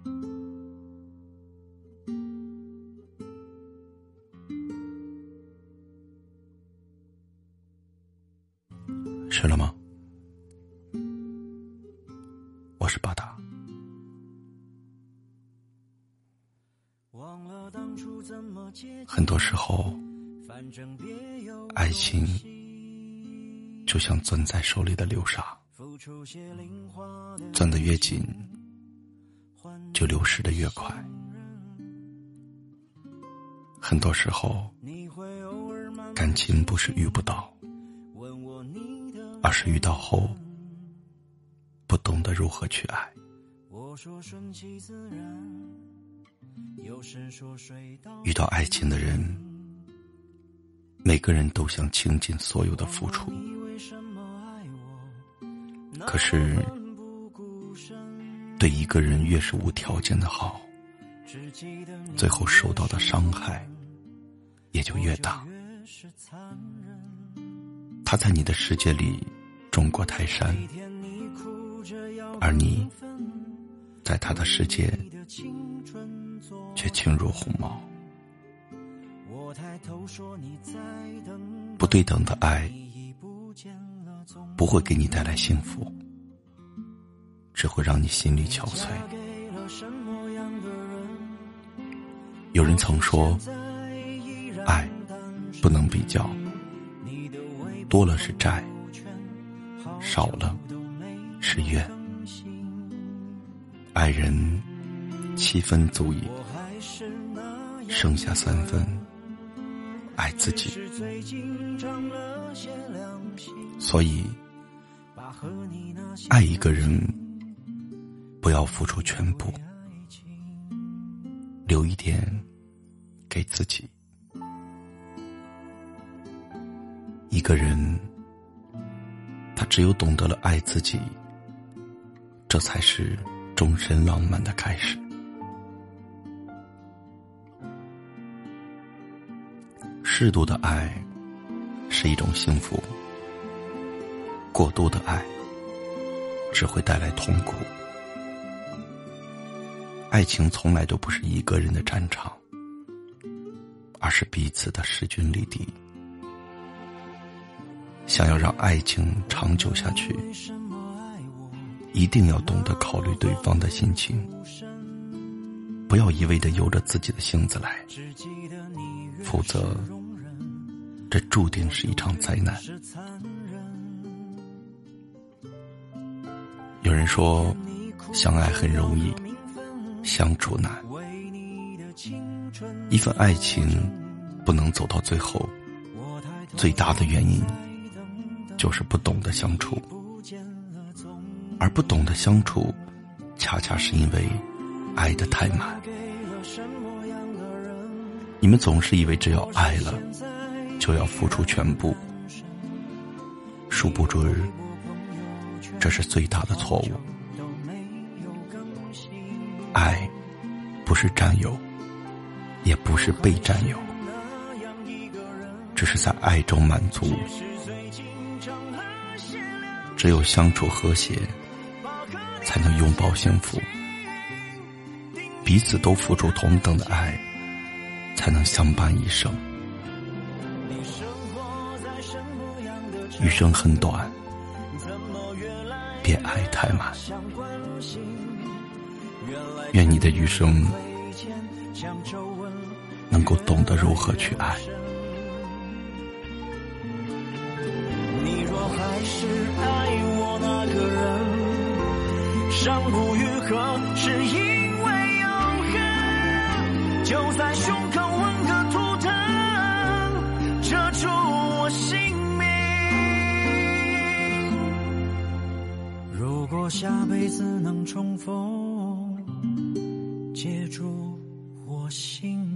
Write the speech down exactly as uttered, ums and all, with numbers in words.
睡了吗？我是巴达。很多时候，爱情就像攥在手里的流沙，攥得越紧，就流失得越快。很多时候，感情不是遇不到，而是遇到后不懂得如何去爱。遇到爱情的人，每个人都想倾尽所有的付出，可是对一个人越是无条件的好，最后受到的伤害也就越大。他在你的世界里种过泰山，而你在他的世界却轻如鸿毛。不对等的爱不会给你带来幸福，只会让你心力憔悴。有人曾说，爱不能比较，多了是债，少了是怨。爱人七分足矣，剩下三分爱自己。所以爱一个人不要付出全部，留一点给自己。一个人他只有懂得了爱自己，这才是终身浪漫的开始。适度的爱是一种幸福，过度的爱只会带来痛苦。爱情从来都不是一个人的战场，而是彼此的势均力敌。想要让爱情长久下去，一定要懂得考虑对方的心情，不要一味地由着自己的性子来，否则这注定是一场灾难。有人说，相爱很容易，相处难。一份爱情不能走到最后，最大的原因就是不懂得相处，而不懂得相处，恰恰是因为爱得太满。你们总是以为只要爱了就要付出全部，殊不知这是最大的错误。爱不是占有，也不是被占有，只是在爱中满足。只有相处和谐，才能拥抱幸福。彼此都付出同等的爱，才能相伴一生。余生很短，别爱太满。愿你的余生能够懂得如何去爱。 你若还是爱我那个人，伤不愈合是因为永恒，就在胸口纹个图腾，遮住我姓名。如果下辈子能重逢，接住我心。